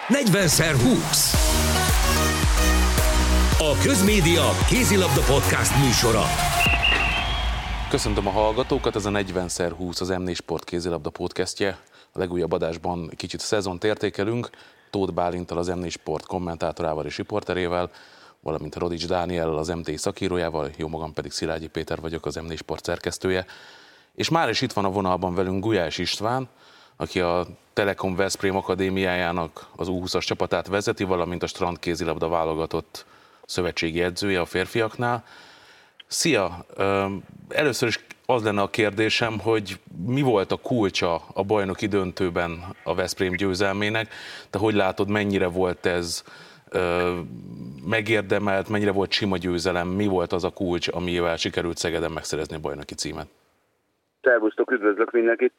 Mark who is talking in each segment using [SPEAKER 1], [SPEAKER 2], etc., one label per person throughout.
[SPEAKER 1] 40x20. A Közmédia kézilabda podcast műsora.
[SPEAKER 2] Köszöntöm a hallgatókat, ez a 40x20 az M4 Sport kézilabda podcastje. A legújabb adásban kicsit a szezont értékelünk, Tóth Bálinttal, az M4 Sport kommentátorával és riporterével, valamint Rodics Dániellel, az MTI szakírójával, jó magam pedig Szilágyi Péter vagyok, az M4 Sport szerkesztője. És már is itt van a vonalban velünk Gulyás István, aki a Telekom Veszprém Akadémiájának az U20-as csapatát vezeti, valamint a Strand kézilabda válogatott szövetségi edzője a férfiaknál. Szia! Először is az lenne a kérdésem, hogy mi volt a kulcsa a bajnoki döntőben a Veszprém győzelmének? Te hogy látod, mennyire volt ez megérdemelt, mennyire volt sima győzelem, mi volt az a kulcs, amivel sikerült Szegeden megszerezni a bajnoki címet?
[SPEAKER 3] Szervusztok, üdvözlök mindenkit!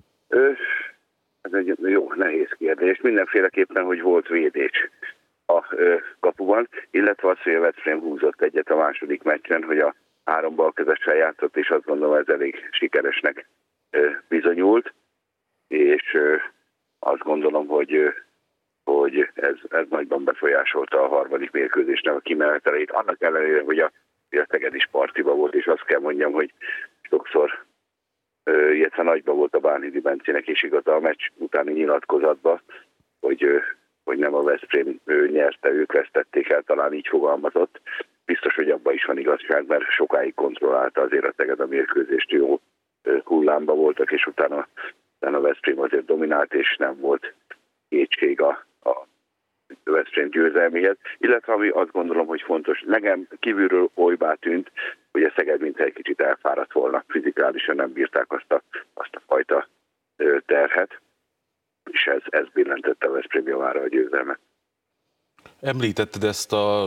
[SPEAKER 3] Ez egy jó, nehéz kérdés. Mindenféleképpen, hogy volt védés a kapuban, illetve az, hogy a Veszprém húzott egyet a második meccsen, hogy a 3 balkezessel játszott, és azt gondolom, ez elég sikeresnek bizonyult, és azt gondolom, hogy ez nagyban befolyásolta a harmadik mérkőzésnek a kimenetelét, annak ellenére, hogy a Szeged is partiba volt, és azt kell mondjam, hogy sokszor illetve nagyban volt a Bánhidi Bencének is igaza a meccs utáni nyilatkozatban, hogy nem a Veszprém nyerte, ők vesztették el, talán így fogalmazott. Biztos, hogy abban is van igazság, mert sokáig kontrollálta azért a Szeged a mérkőzést, jó hullámba voltak, és utána a Veszprém azért dominált, és nem volt kétség a Veszprém győzelméhez. Illetve ami azt gondolom, hogy fontos, nekem kívülről olybá tűnt, hogy a Szeged mintha egy kicsit elfáradt volna, fizikálisan nem bírták azt a fajta terhet, és ez billentette a Veszprém javára a győzelmet.
[SPEAKER 2] Említetted ezt a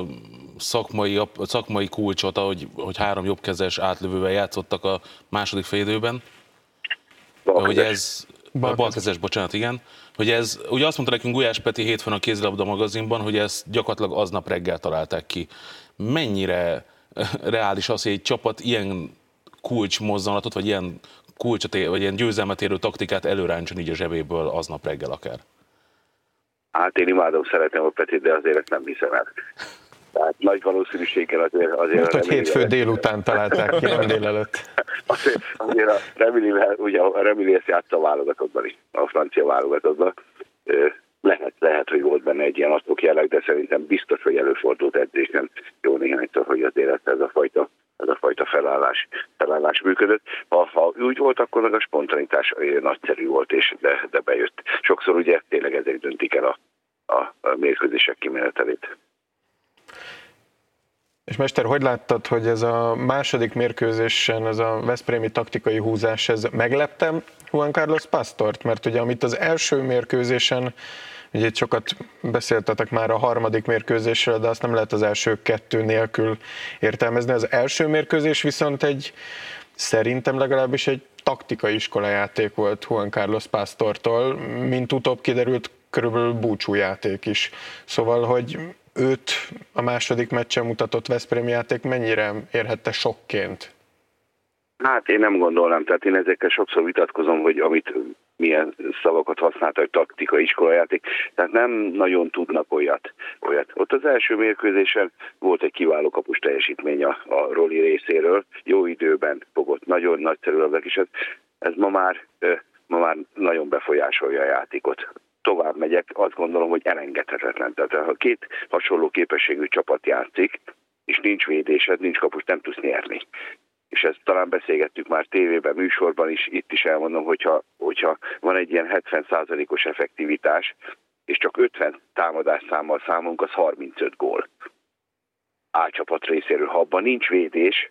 [SPEAKER 2] szakmai kulcsot, hogy 3 jobbkezes átlövővel játszottak a második félidőben. Balkezes, bocsánat, igen. Hogy ez, ugye azt mondta nekünk Gulyás Peti hétfőn a Kézilabda magazinban, hogy ezt gyakorlatilag aznap reggel találták ki. Mennyire reális az, hogy egy csapat ilyen kulcsmozzanatot, vagy ilyen kulcsot, vagy ilyen győzelmet érő taktikát előráncson így a zsebéből aznap reggel akár?
[SPEAKER 3] Hát én imádom, szeretem a Petit, de azért ezt nem hiszem el. Tehát nagy valószínűséggel azért
[SPEAKER 4] mert hogy hétfő délután találták ki, nem délelőtt.
[SPEAKER 3] Azért a Remili ezt játsza a válogatottban is, a francia válogatottban. Lehet, hogy volt benne egy ilyen adhok jelleg, de szerintem biztos, hogy előfordult edzésen jó néhányszor, hogy azért ez a fajta felállás működött. Ha úgy volt, akkor meg a spontanitás nagyszerű volt, de bejött. Sokszor ugye tényleg ezek döntik el a mérkőzések kimenetelét.
[SPEAKER 4] És Mester, hogy láttad, hogy ez a második mérkőzésen, ez a veszprémi taktikai húzás, ez megleptem Juan Carlos Pastort? Mert ugye amit az első mérkőzésen, ugye itt sokat beszéltetek már a harmadik mérkőzésről, de azt nem lehet az első 2 nélkül értelmezni. Az első mérkőzés viszont szerintem legalábbis egy taktikai iskolajáték volt Juan Carlos Pastortól, mint utóbb kiderült, körülbelül búcsújáték is. Szóval, hogy őt a második meccsen mutatott veszprémi játék mennyire érhette sokként?
[SPEAKER 3] Hát én nem gondolnám, tehát én ezekkel sokszor vitatkozom, hogy milyen szavakat használta, hogy taktikai iskolajáték, tehát nem nagyon tudnak olyat. Ott az első mérkőzésen volt egy kiváló kapus teljesítmény a Roli részéről, jó időben fogott, nagyon nagyszerű labdák, és ez ma már nagyon befolyásolja a játékot. Tovább megyek, azt gondolom, hogy elengedhetetlen. Tehát ha 2 hasonló képességű csapat játszik, és nincs védésed, nincs kapus, nem tudsz nyerni. És ezt talán beszélgettük már tévében, műsorban is, itt is elmondom, hogyha van egy ilyen 70%-os effektivitás, és csak 50 támadásszámmal számolunk, az 35 gól. A-csapat részéről, ha abban nincs védés,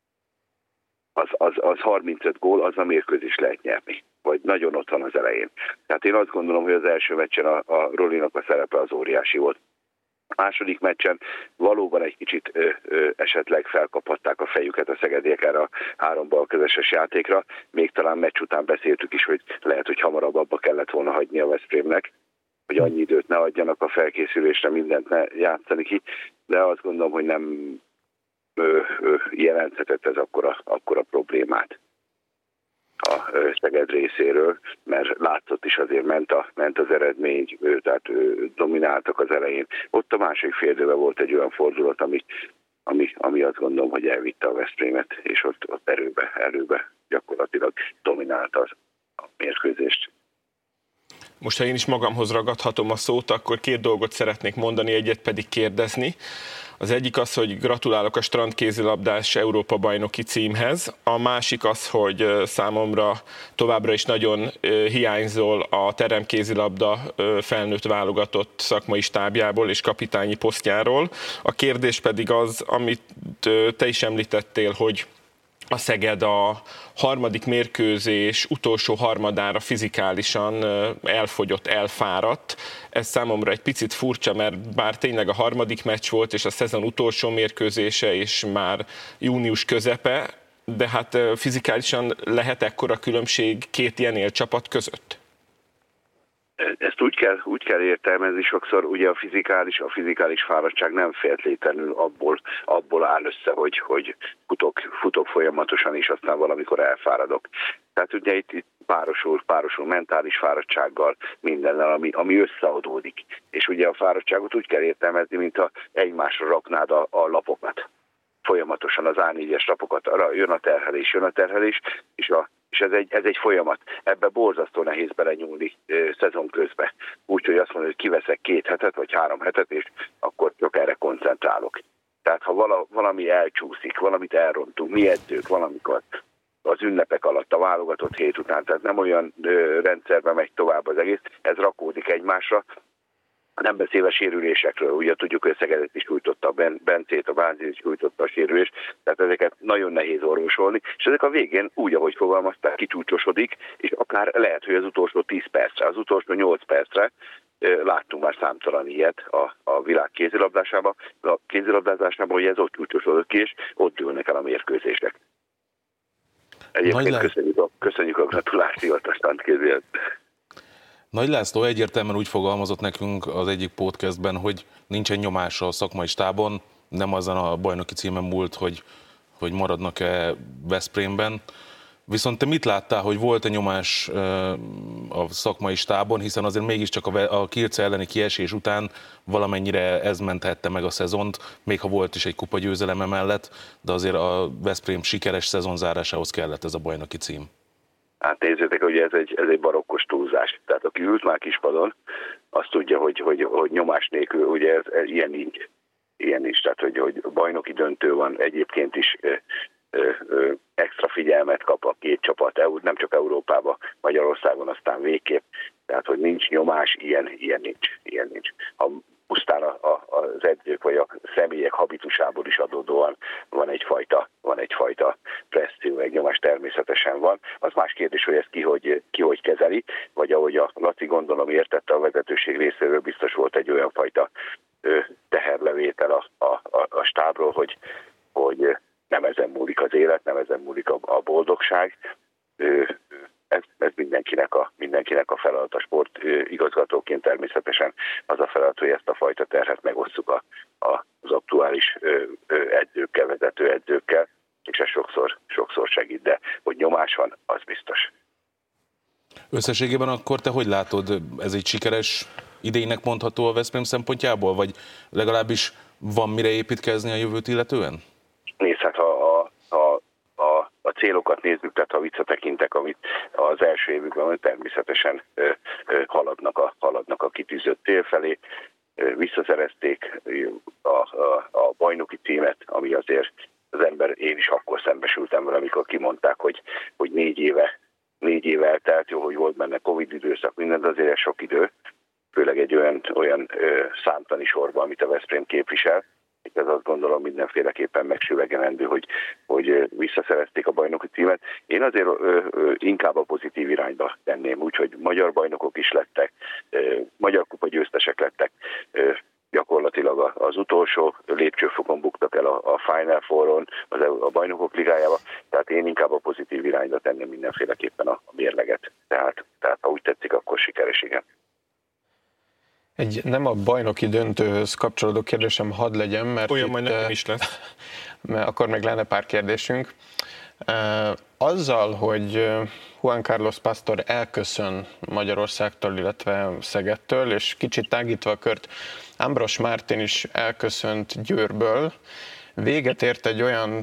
[SPEAKER 3] az 35 gól, az a mérkőzés lehet nyerni. Vagy nagyon ott van az elején. Tehát én azt gondolom, hogy az első meccsen a Rolinak a szerepe az óriási volt. A második meccsen valóban egy kicsit esetleg felkaphatták a fejüket a szegediek erre a 3 balkezeses játékra. Még talán meccs után beszéltük is, hogy lehet, hogy hamarabb abba kellett volna hagyni a Veszprémnek, hogy annyi időt ne adjanak a felkészülésre, mindent ne játszani ki, de azt gondolom, hogy nem jelenthetett ez akkora problémát. Szeged részéről, mert látszott is azért ment az eredmény, tehát domináltak az elején. Ott a második fél időben volt egy olyan fordulat, ami azt gondolom, hogy elvitte a Veszprémet, és ott erőbe gyakorlatilag dominálta a mérkőzést.
[SPEAKER 5] Most, ha én is magamhoz ragadhatom a szót, akkor két dolgot szeretnék mondani, egyet pedig kérdezni. Az egyik az, hogy gratulálok a strandkézilabdás Európa-bajnoki címhez. A másik az, hogy számomra továbbra is nagyon hiányzol a teremkézilabda felnőtt válogatott szakmai stábjából és kapitányi posztjáról. A kérdés pedig az, amit te is említettél, hogy a Szeged a harmadik mérkőzés utolsó harmadára fizikálisan elfogyott, elfáradt. Ez számomra egy picit furcsa, mert bár tényleg a harmadik meccs volt, és a szezon utolsó mérkőzése, és már június közepe, de hát fizikálisan lehet ekkora különbség két ilyen élcsapat között?
[SPEAKER 3] Ezt úgy kell értelmezni sokszor, ugye a fizikális fáradtság nem feltétlenül abból áll össze, hogy futok folyamatosan, és aztán valamikor elfáradok. Tehát ugye itt párosul mentális fáradtsággal, mindennel, ami összeadódik. És ugye a fáradtságot úgy kell értelmezni, mint ha egymásra raknád a lapokat. Folyamatosan az A4-es lapokat, arra jön a terhelés, és ez egy folyamat. Ebbe borzasztó nehéz belenyúlni szezon közben. Úgyhogy azt mondod, hogy kiveszek 2 hetet vagy 3 hetet, és akkor csak erre koncentrálok. Tehát ha valami elcsúszik, valamit elrontunk, mi edzők valamikor az ünnepek alatt, a válogatott hét után, tehát nem olyan rendszerben megy tovább az egész, ez rakódik egymásra. Nem beszélve sérülésekről, ugye tudjuk, hogy Szegedet is sújtotta, Bencét, a Bánzit is sújtotta a sérülést, tehát ezeket nagyon nehéz orvosolni, és ezek a végén úgy, ahogy fogalmazták, kicsúcsosodik, és akár lehet, hogy az utolsó 10 percre, az utolsó 8 percre láttunk már számtalan ilyet a világ kézilabdázásában, hogy ez ott csúcsosodott ki, és ott dőlnek el a mérkőzések. Egyébként köszönjük a gratulációt a strandkézilabdához.
[SPEAKER 2] Nagy László egyértelműen úgy fogalmazott nekünk az egyik podcastben, hogy nincsen nyomás a szakmai stábon, nem azon a bajnoki címen múlt, hogy maradnak-e Veszprémben. Viszont te mit láttál, hogy volt-e nyomás a szakmai stábon, hiszen azért mégiscsak a Kielce elleni kiesés után valamennyire ez menthette meg a szezont, még ha volt is egy kupagyőzelem emellett, de azért a Veszprém sikeres szezonzárásához kellett ez a bajnoki cím.
[SPEAKER 3] Hát nézzétek, hogy ez egy barokkos túlzás. Tehát aki ült már kispadon, azt tudja, hogy nyomás nélkül, ugye ez ilyen nincs. Tehát, hogy bajnoki döntő van, egyébként is extra figyelmet kap a két csapat, nem csak Európában, Magyarországon aztán végképp. Tehát, hogy nincs nyomás, ilyen nincs. Ha pusztán az edzők vagy a személyek habitusából is adódóan van egyfajta presszió, egy nyomás természetesen van. Az más kérdés, hogy ezt ki hogy kezeli, vagy ahogy a Laci gondolom értette, a vezetőség részéről biztos volt egy olyan fajta teherlevétel a stábról, hogy nem ezen múlik az élet, nem ezen múlik a boldogság. Ez mindenkinek a feladat, a sport igazgatóként természetesen az a feladat, hogy ezt a fajta terhet megosszuk az aktuális edzőkkel, vezető edzőkkel, és ez sokszor segít, de hogy nyomás van, az biztos.
[SPEAKER 2] Összességében akkor te hogy látod, ez egy sikeres idénynek mondható a Veszprém szempontjából, vagy legalábbis van mire építkezni a jövőt illetően?
[SPEAKER 3] Nézd, hát a célokat nézzük, tehát ha visszatekintek, amit az első évükben van, természetesen haladnak a kitűzött cél felé, visszaszerezték a bajnoki címet, ami azért az ember, én is akkor szembesültem vele, amikor kimondták, hogy 4 éve eltelt, jó, hogy volt benne Covid időszak, minden, de azért ez sok idő, főleg egy olyan számtani sorban, amit a Veszprém képvisel. Ez azt gondolom mindenféleképpen megsüvegelendő, hogy visszaszerezték a bajnoki címet. Én azért inkább a pozitív irányba tenném, úgyhogy magyar bajnokok is lettek, magyar kupa győztesek lettek, gyakorlatilag az utolsó lépcsőfokon buktak el a Final Four-on, a bajnokok ligájába, tehát én inkább a pozitív irányba tenném mindenféleképpen a mérleget. Tehát ha úgy tetszik, akkor sikeres, igen.
[SPEAKER 4] Egy nem a bajnoki döntőhöz kapcsolódó kérdésem hadd legyen, mert
[SPEAKER 5] olyan majd nekem is lesz.
[SPEAKER 4] Mert akkor még lenne pár kérdésünk. Azzal, hogy Juan Carlos Pastor elköszön Magyarországtól, illetve Szegedtől, és kicsit tágítva a kört, Ambros Martin is elköszönt Győrből. Véget ért egy olyan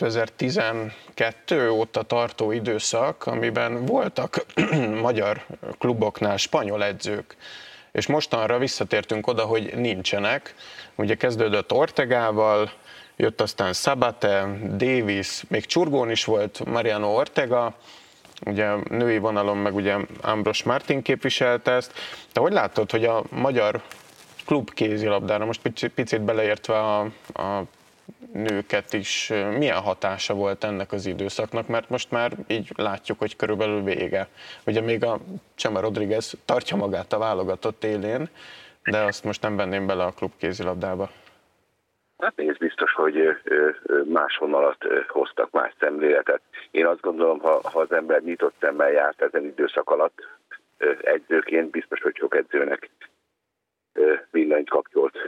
[SPEAKER 4] 2012 óta tartó időszak, amiben voltak magyar kluboknál spanyol edzők, és mostanra visszatértünk oda, hogy nincsenek. Ugye kezdődött Ortegával, jött aztán Szabate, Davis, még Csurgón is volt Mariano Ortega, ugye női vonalon meg ugye Ambros Martin képviselte ezt. De hogy látod, hogy a magyar klub kézilabdára, most picit beleértve a nőket is, milyen hatása volt ennek az időszaknak, mert most már így látjuk, hogy körülbelül vége. Ugye még a Chema Rodriguez tartja magát a válogatott élén, de azt most nem venném bele a klub kézilabdába.
[SPEAKER 3] Hát nézd, biztos, hogy más vonalat hoztak, más szemléletet. Én azt gondolom, ha az ember nyitott szemmel járt ezen időszak alatt edzőként, biztos, hogy sok edzőnek villanyt kapcsolt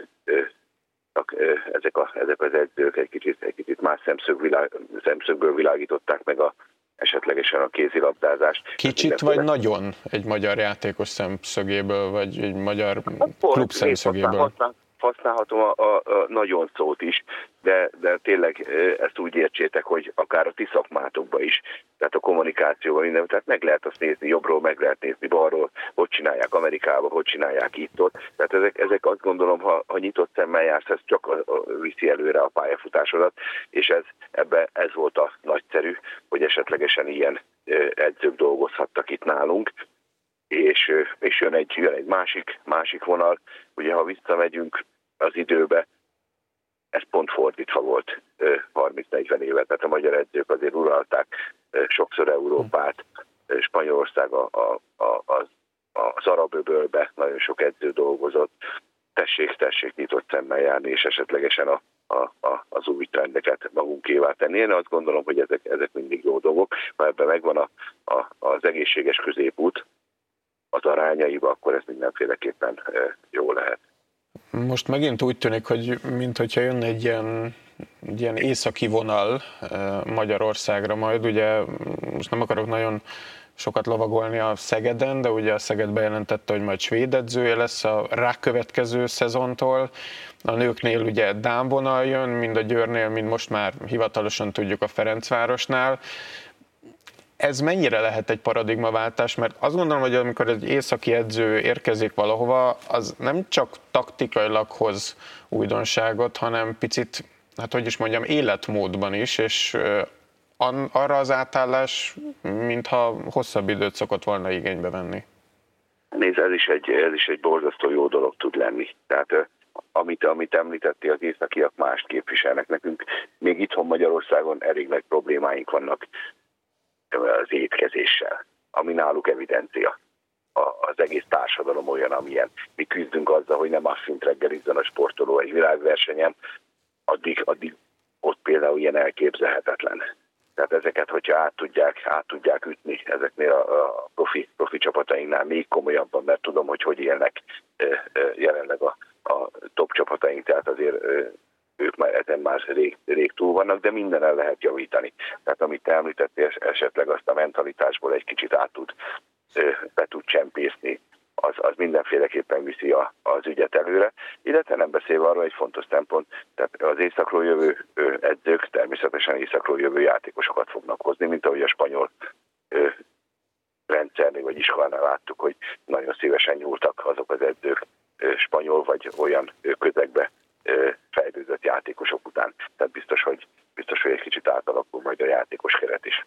[SPEAKER 3] ezek az edzők egy kicsit más szemszögből világították meg esetlegesen a kézilabdázást.
[SPEAKER 4] Kicsit vagy nagyon egy magyar játékos szemszögéből, vagy egy magyar klub szemszögéből?
[SPEAKER 3] Használhatom a nagyon szót is, de tényleg ezt úgy értsétek, hogy akár a ti szakmátokban is, tehát a kommunikációban minden, tehát meg lehet azt nézni jobbról, meg lehet nézni balról, hogy csinálják Amerikában, hogy csinálják itt-ott. Tehát ezek azt gondolom, ha nyitott szemmel jársz, ez csak viszi előre a pályafutásodat, és ez volt a nagyszerű, hogy esetlegesen ilyen edzők dolgozhattak itt nálunk. És jön egy másik vonal, ugye ha visszamegyünk az időbe, ez pont fordítva volt 30-40 évet, tehát a magyar edzők azért uralták sokszor Európát, Spanyolország az arab öbölbe nagyon sok edző dolgozott, tessék nyitott szemmel járni, és esetlegesen az új trendeket magunkévá tenni. Én azt gondolom, hogy ezek mindig jó dolgok, ha ebben megvan az egészséges középút, az arányaiba, akkor ez mindenféleképpen jó lehet.
[SPEAKER 4] Most megint úgy tűnik, hogy minthogyha jönne egy ilyen északi vonal Magyarországra majd, ugye most nem akarok nagyon sokat lovagolni a Szegeden, de ugye a Szeged bejelentette, hogy majd svéd edzője lesz a rákövetkező szezontól. A nőknél ugye dán vonal jön, mind a Győrnél, mind most már hivatalosan tudjuk a Ferencvárosnál. Ez mennyire lehet egy paradigmaváltás? Mert azt gondolom, hogy amikor egy északi edző érkezik valahova, az nem csak taktikailag hoz újdonságot, hanem picit, hát hogy is mondjam, életmódban is, és arra az átállás, mintha hosszabb időt szokott volna igénybe venni.
[SPEAKER 3] Nézd, ez is egy borzasztó jó dolog tud lenni. Tehát amit említettél, az északiak mást képviselnek nekünk. Még itthon Magyarországon elég nagy problémáink vannak az étkezéssel, ami náluk evidencia. Az egész társadalom olyan, amilyen. Mi küzdünk azzal, hogy nem asszint reggelizzon a sportoló egy világversenyen, addig ott például ilyen elképzelhetetlen. Tehát ezeket, hogyha át tudják ütni ezeknél a profi csapatainknál még komolyabban, mert tudom, hogy élnek jelenleg a top csapataink, tehát azért ők ezen már rég túl vannak, de mindenen lehet javítani. Tehát amit te említettél, esetleg azt a mentalitásból egy kicsit be tud csempészni, az mindenféleképpen viszi az ügyet előre, illetve nem beszélve arról egy fontos szempont, tehát az északról jövő edzők természetesen északról jövő játékosokat fognak hozni, mint ahogy a spanyol rendszernél vagy iskolánál láttuk, hogy nagyon szívesen nyúltak azok az edzők spanyol vagy olyan közegbe fejlődött játékosok után. Tehát biztos, hogy egy kicsit átalakul majd a játékos keret is.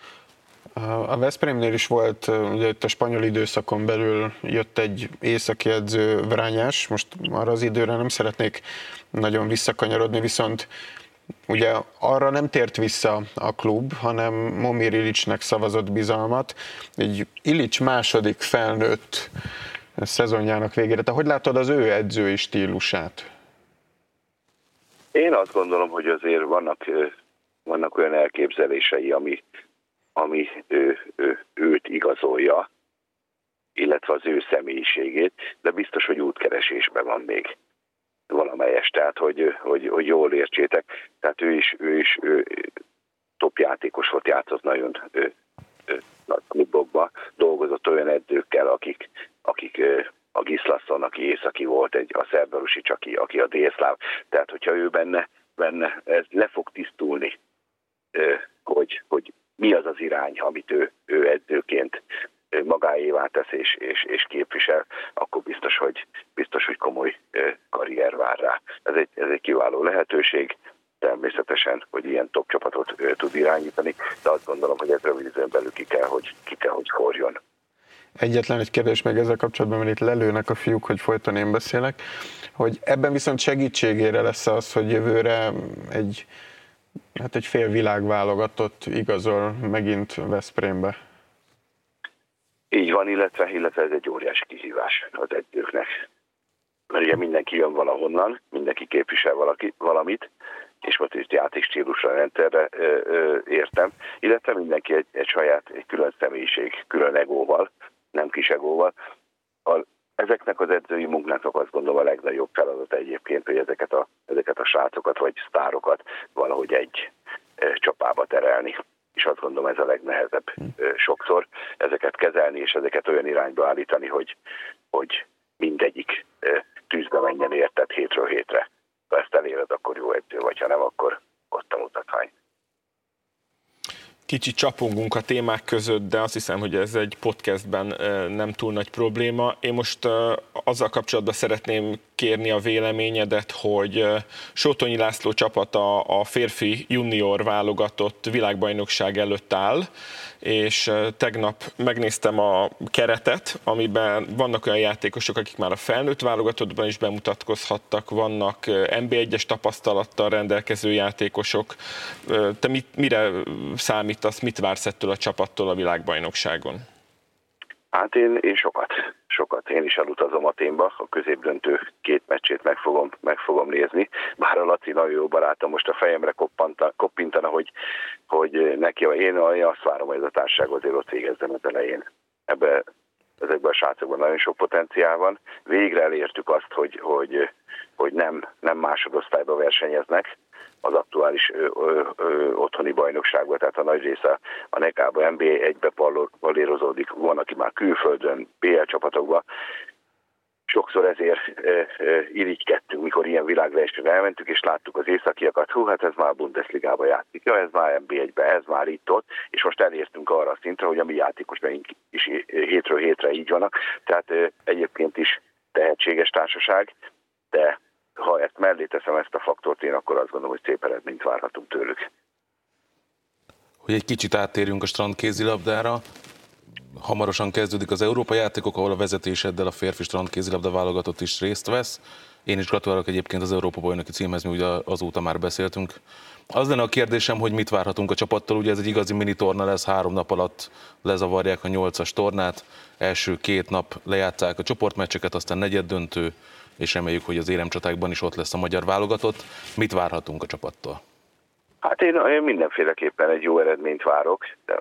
[SPEAKER 4] A Veszprémnél is volt, ugye itt a spanyol időszakon belül jött egy északi edző, Vrányás, most arra az időre nem szeretnék nagyon visszakanyarodni, viszont ugye arra nem tért vissza a klub, hanem Momir Ilicsnek szavazott bizalmat. Egy Ilics második felnőtt szezonjának végére. Te hogy látod az ő edzői stílusát?
[SPEAKER 3] Én azt gondolom, hogy azért vannak olyan elképzelései, ami őt igazolja, illetve az ő személyiségét, de biztos, hogy útkeresésben van még valamelyes, tehát hogy jól értsétek. Tehát ő is top játékos volt, játszott nagyon nagy klubokban, dolgozott olyan edzőkkel, akik a Gislason, aki északi volt, a Szerdarusics, aki a délszláv. Tehát, hogyha ő benne ez le fog tisztulni, hogy mi az az irány, amit ő edzőként magáévá tesz és képvisel, akkor biztos, hogy komoly karrier vár rá. Ez egy kiváló lehetőség, természetesen, hogy ilyen top csapatot tud irányítani, de azt gondolom, hogy ez rövid időn belül ki kell, hogy forjon.
[SPEAKER 4] Egyetlen egy kérdés még ezzel kapcsolatban, mert itt lelőnek a fiúk, hogy folyton én beszélek, hogy ebben viszont segítségére lesz az, hogy jövőre egy fél világválogatott igazol megint Veszprémbe.
[SPEAKER 3] Így van, illetve ez egy óriási kihívás az edzőknek. Mert ugye mindenki jön valahonnan, mindenki képvisel valamit, és most itt játékstílusra, rendszerre értem, illetve mindenki egy saját, egy külön személyiség, külön egóval, nem kis egóval. Ezeknek az edzői munkáknak azt gondolom a legnagyobb feladat egyébként, hogy ezeket a srácokat vagy sztárokat valahogy egy csapába terelni. És azt gondolom ez a legnehezebb sokszor ezeket kezelni, és ezeket olyan irányba állítani, hogy mindegyik tűzbe menjen érted hétről hétre. Ha ezt eléred, akkor jó edző, vagy ha nem, akkor ott a mutatvány.
[SPEAKER 5] Kicsit csapongunk a témák között, de azt hiszem, hogy ez egy podcastben nem túl nagy probléma. Én most azzal kapcsolatban szeretném kérni a véleményedet, hogy Sótonyi László csapata a férfi junior válogatott világbajnokság előtt áll, és tegnap megnéztem a keretet, amiben vannak olyan játékosok, akik már a felnőtt válogatottban is bemutatkozhattak, vannak NB1-es tapasztalattal rendelkező játékosok. Te mire számítasz, mit vársz ettől a csapattól a világbajnokságon?
[SPEAKER 3] Hát én sokat. Én is elutazom Athénba, a középdöntő 2 meccsét meg fogom nézni. Bár a Laci nagyon jó barátom most a fejemre koppintana, hogy neki, én azt várom, hogy ez a társaság azért ott végezzen az elején. Ezekben a srácokban nagyon sok potenciál van. Végre elértük azt, hogy nem másodosztályba versenyeznek az aktuális otthoni bajnokságban, tehát a nagy része a NECA-ba, NB1-be pallérozódik, van, aki már külföldön, BL csapatokban. Sokszor ezért irigykedtünk, mikor ilyen világversenyre elmentük, és láttuk az északiakat, hát ez már a Bundesligába játszik, ez már NB1-be, ez már itt-ott, és most elértünk arra a szintre, hogy a mi játékosaink is hétről hétre így vannak, tehát egyébként is tehetséges társaság, de ha ezt mellé teszem ezt a faktort, én akkor azt gondolom, hogy szép eredményt várhatunk tőlük.
[SPEAKER 2] Hogy egy kicsit áttérjünk a strand kézilabdára. Hamarosan kezdődik az Európa játékok, ahol a vezetéseddel a férfi strand kézilabda válogatott is részt vesz. Én is gratulálok egyébként az Európa bajnoki címhez, mi ugye azóta már beszéltünk. Az lenne a kérdésem, hogy mit várhatunk a csapattól. Ugye ez egy igazi mini torna lesz, 3 nap alatt lezavarják a 8-as tornát. Első 2 nap lejátszák a csoportmeccseket, aztán negyeddöntő, és reméljük, hogy az éremcsatákban is ott lesz a magyar válogatott. Mit várhatunk a csapattól? Hát
[SPEAKER 3] én mindenféleképpen egy jó eredményt várok, de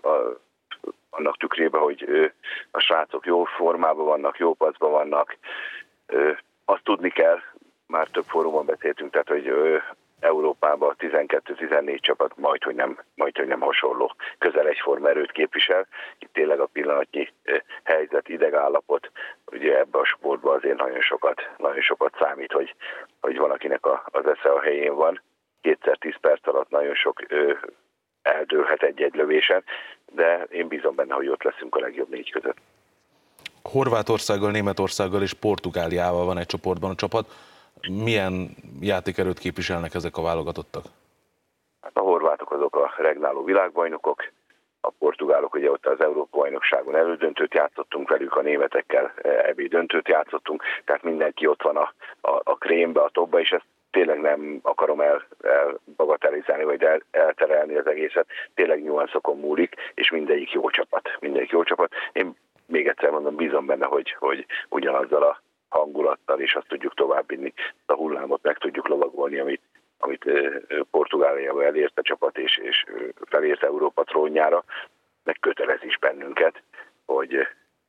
[SPEAKER 3] annak tükrében, hogy a srácok jó formában vannak, jó paszban vannak. Azt tudni kell, már több fórumon beszéltünk, tehát hogy Európában 12-14 csapat majdhogy nem hasonló, közel egyforma erőt képvisel. Itt tényleg a pillanatnyi helyzet, idegállapot, ugye ebben a sportban azért nagyon sokat számít, hogy van, akinek az esze a helyén van. 2x10 perc alatt nagyon sok eldőlhet egy lövésen, de én bízom benne, hogy ott leszünk a legjobb 4 között.
[SPEAKER 2] Horvátországgal, Németországgal és Portugáliával van egy csoportban a csapat. Milyen játékerőt képviselnek ezek a válogatottak?
[SPEAKER 3] Hát a horvátok azok a regnáló világbajnokok, a portugálok ugye ott az Európa-bajnokságon elődöntőt játszottunk velük, a németekkel EB döntőt játszottunk, tehát mindenki ott van a krémbe, a topba, és ezt tényleg nem akarom elbagatelizálni, vagy elterelni az egészet, tényleg nyuanszokon múlik, és mindegyik jó csapat. Én még egyszer mondom, bízom benne, hogy ugyanazzal a hangulattal, és azt tudjuk továbbvinni, a hullámot meg tudjuk lovagolni, amit Portugáliában elért a csapat, és felért Európa trónjára, meg kötelez is bennünket, hogy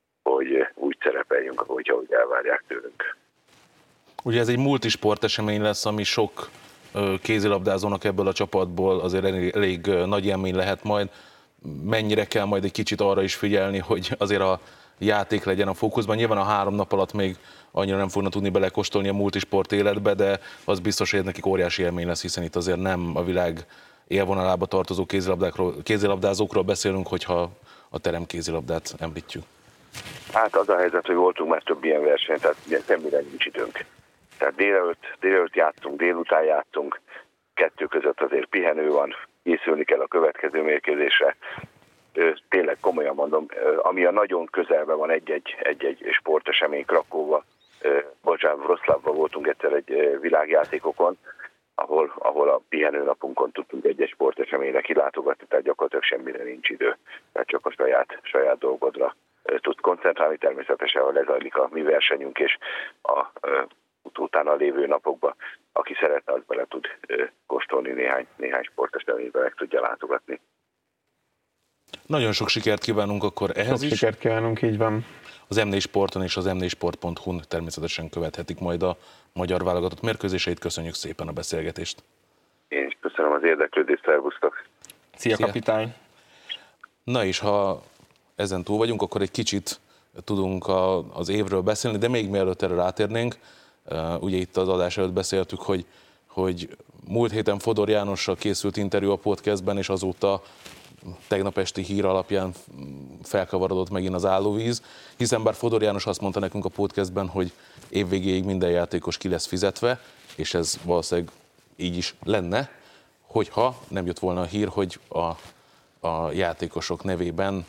[SPEAKER 3] úgy szerepeljünk, ahogy elvárják tőlünk.
[SPEAKER 2] Ugye ez egy multisport esemény lesz, ami sok kézilabdázónak ebből a csapatból azért elég nagy élmény lehet majd. mennyire kell majd egy kicsit arra is figyelni, hogy azért a játék legyen a fókuszban. Nyilván a 3 nap alatt még annyira nem fognak tudni belekóstolni a multisport életbe, de az biztos, hogy nekik óriási élmény lesz, hiszen itt azért nem a világ élvonalába tartozó kézilabdázókról beszélünk, hogyha a teremkézilabdát említjük.
[SPEAKER 3] Hát az a helyzet, hogy voltunk már több ilyen verseny, tehát semmire nincs időnk. Tehát délelőtt játszunk, délután játszunk, 2 között azért pihenő van, készülni kell a következő mérkőzésre. Tényleg komolyan mondom, ami a nagyon közelben van egy sportesemény Krakóba, Wroclawban voltunk egyszer egy világjátékokon, ahol a pihenőnapunkon tudtunk egy sporteseményre kilátogatni, tehát gyakorlatilag semmire nincs idő, tehát csak a saját dolgodra tud koncentrálni. Természetesen, ha lezajlik a mi versenyünk, és utána lévő napokban, aki szeretne, az bele tud kóstolni néhány sporteseménybe, meg tudja látogatni.
[SPEAKER 2] Nagyon sok sikert kívánunk akkor ehhez is.
[SPEAKER 4] Sok sikert kívánunk, így van.
[SPEAKER 2] Az M4 Sporton és az m4sport.hu-n természetesen követhetik majd a magyar válogatott mérkőzéseit. Köszönjük szépen a beszélgetést.
[SPEAKER 3] Én is köszönöm az érdeklődést, szervusztok!
[SPEAKER 5] Szia, kapitány!
[SPEAKER 2] Na és ha ezen túl vagyunk, akkor egy kicsit tudunk az évről beszélni, de még mielőtt erre rátérnénk, ugye itt az adás előtt beszéltük, hogy múlt héten Fodor Jánossal készült interjú a podcastben, és azóta tegnap esti hír alapján felkavarodott megint az állóvíz, hiszen bár Fodor János azt mondta nekünk a podcastben, hogy évvégéig minden játékos ki lesz fizetve, és ez valószínűleg így is lenne, hogyha nem jött volna a hír, hogy a játékosok nevében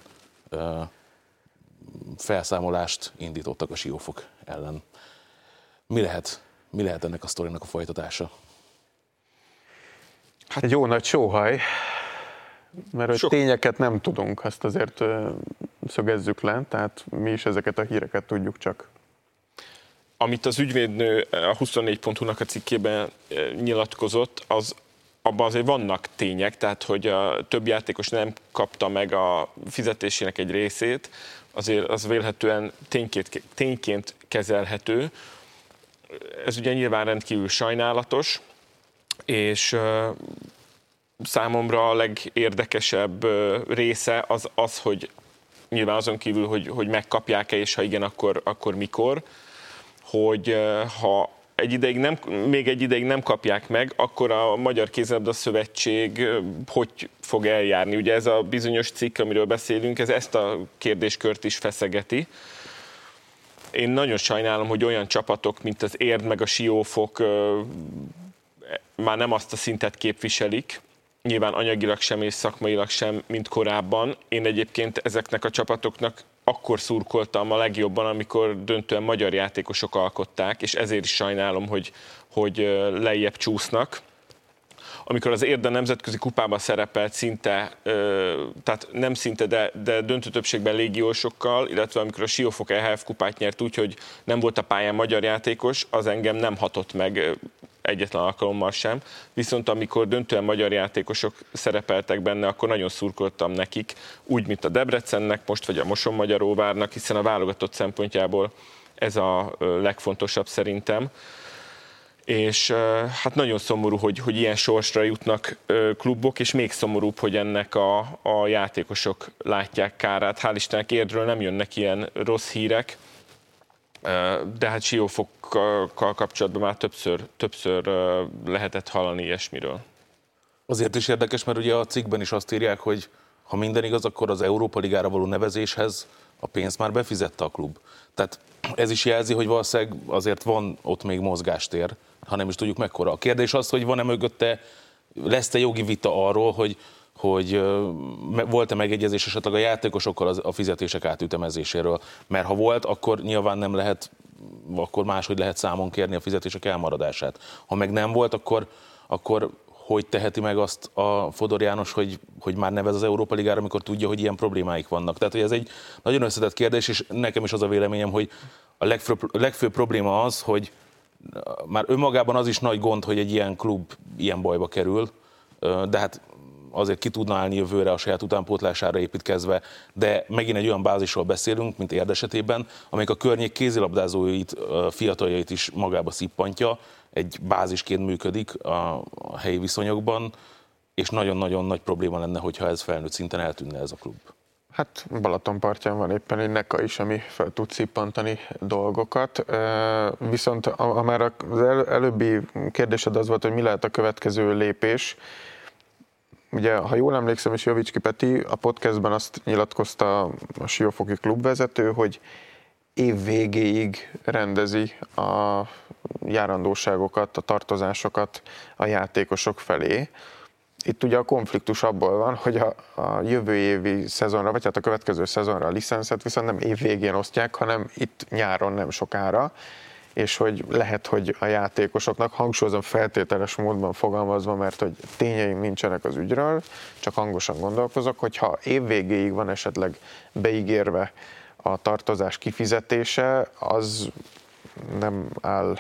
[SPEAKER 2] felszámolást indítottak a Siófok ellen. Mi lehet ennek a sztorinak a folytatása?
[SPEAKER 4] Hát egy jó nagy sóhaj, mert hogy tényeket nem tudunk, azt azért szögezzük le, tehát mi is ezeket a híreket tudjuk csak.
[SPEAKER 5] Amit az ügyvédnő a 24.hu-nak a cikkében nyilatkozott, abban azért vannak tények, tehát hogy a több játékos nem kapta meg a fizetésének egy részét, azért az vélhetően tényként kezelhető. Ez ugye nyilván rendkívül sajnálatos, és számomra a legérdekesebb része az, hogy nyilván azon kívül, hogy megkapják-e, és ha igen, akkor mikor, hogy ha még egy ideig nem kapják meg, akkor a Magyar Kézilabda Szövetség hogy fog eljárni? Ugye ez a bizonyos cikk, amiről beszélünk, ez ezt a kérdéskört is feszegeti. Én nagyon sajnálom, hogy olyan csapatok, mint az Érd meg a Siófok már nem azt a szintet képviselik, nyilván anyagilag sem és szakmailag sem, mint korábban. Én egyébként ezeknek a csapatoknak akkor szurkoltam a legjobban, amikor döntően magyar játékosok alkották, és ezért is sajnálom, hogy lejjebb csúsznak. Amikor az Érd a nemzetközi kupában szerepelt szinte, tehát nem szinte, de döntő többségben légiósokkal, illetve amikor a Siófok EHF kupát nyert úgy, hogy nem volt a pályán magyar játékos, az engem nem hatott meg egyetlen alkalommal sem. Viszont amikor döntően magyar játékosok szerepeltek benne, akkor nagyon szurkoltam nekik, úgy, mint a Debrecennek most, vagy a Mosonmagyaróvárnak, hiszen a válogatott szempontjából ez a legfontosabb szerintem. És hát nagyon szomorú, hogy ilyen sorsra jutnak klubok, és még szomorúbb, hogy ennek a játékosok látják kárát. Hál' Istennek Érdről nem jönnek ilyen rossz hírek, de hát Siófokkal kapcsolatban már többször lehetett hallani ilyesmiről.
[SPEAKER 2] Azért is érdekes, mert ugye a cikkben is azt írják, hogy ha minden igaz, akkor az Európa Ligára való nevezéshez a pénzt már befizette a klub. Tehát ez is jelzi, hogy valószínűleg azért van ott még mozgástér, ha nem is tudjuk mekkora. A kérdés az, hogy van-e mögötte, lesz-e jogi vita arról, hogy volt-e megegyezés esetleg a játékosokkal a fizetések átütemezéséről. Mert ha volt, akkor nyilván nem lehet, akkor máshogy lehet számon kérni a fizetések elmaradását. Ha meg nem volt, akkor hogy teheti meg azt a Fodor János, hogy már nevez az Európa Ligára, amikor tudja, hogy ilyen problémáik vannak. Tehát hogy ez egy nagyon összetett kérdés, és nekem is az a véleményem, hogy a legfőbb probléma az, hogy már önmagában az is nagy gond, hogy egy ilyen klub ilyen bajba kerül, de hát azért ki tudna állni jövőre a saját utánpótlására építkezve, de megint egy olyan bázisról beszélünk, mint Érd esetében, amelyik a környék kézilabdázóit, fiataljait is magába szippantja, egy bázisként működik a helyi viszonyokban. és nagyon-nagyon nagy probléma lenne, hogyha ez felnőtt szinten eltűnne ez a klub.
[SPEAKER 4] Hát Balatonpartján van éppen egy NECA is, ami fel tud szippantani dolgokat. Viszont már az előbbi kérdésed az volt, hogy mi lehet a következő lépés. Ugye, ha jól emlékszem, és javíts ki Peti, a podcastben azt nyilatkozta a Siófoki klubvezető, hogy év végéig rendezi a járandóságokat, a tartozásokat a játékosok felé. Itt ugye a konfliktus abból van, hogy a jövő évi szezonra, vagy hát a következő szezonra a licenszet viszont nem év végén osztják, hanem itt nyáron nem sokára, és hogy lehet, hogy a játékosoknak, hangsúlyozom feltételes módban fogalmazva, mert hogy tényeim nincsenek az ügyről, csak hangosan gondolkozok, hogyha év végéig van esetleg beígérve a tartozás kifizetése, az nem áll,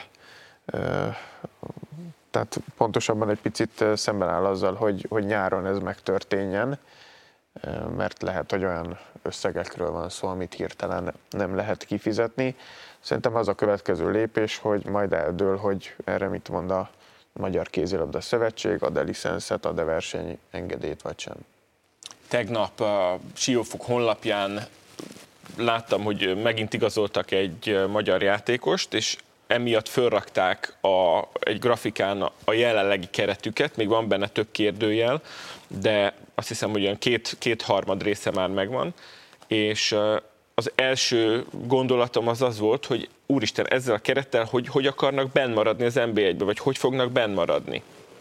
[SPEAKER 4] tehát pontosabban egy picit szemben áll azzal, hogy nyáron ez megtörténjen, mert lehet, hogy olyan összegekről van szó, amit hirtelen nem lehet kifizetni. Szerintem az a következő lépés, hogy majd eldől, hogy erre mit mond a Magyar Kézilabda Szövetség, ad-e licenszet, ad-e versenyengedélyt vagy sem.
[SPEAKER 5] Tegnap a Siófok honlapján láttam, hogy megint igazoltak egy magyar játékost, és emiatt fölrakták egy grafikán a jelenlegi keretüket, még van benne több kérdőjel, de azt hiszem, hogy olyan kétharmad része már megvan, és az első gondolatom az volt, hogy úristen, ezzel a kerettel hogy akarnak benn maradni az NB1-be, vagy hogy fognak benn maradni.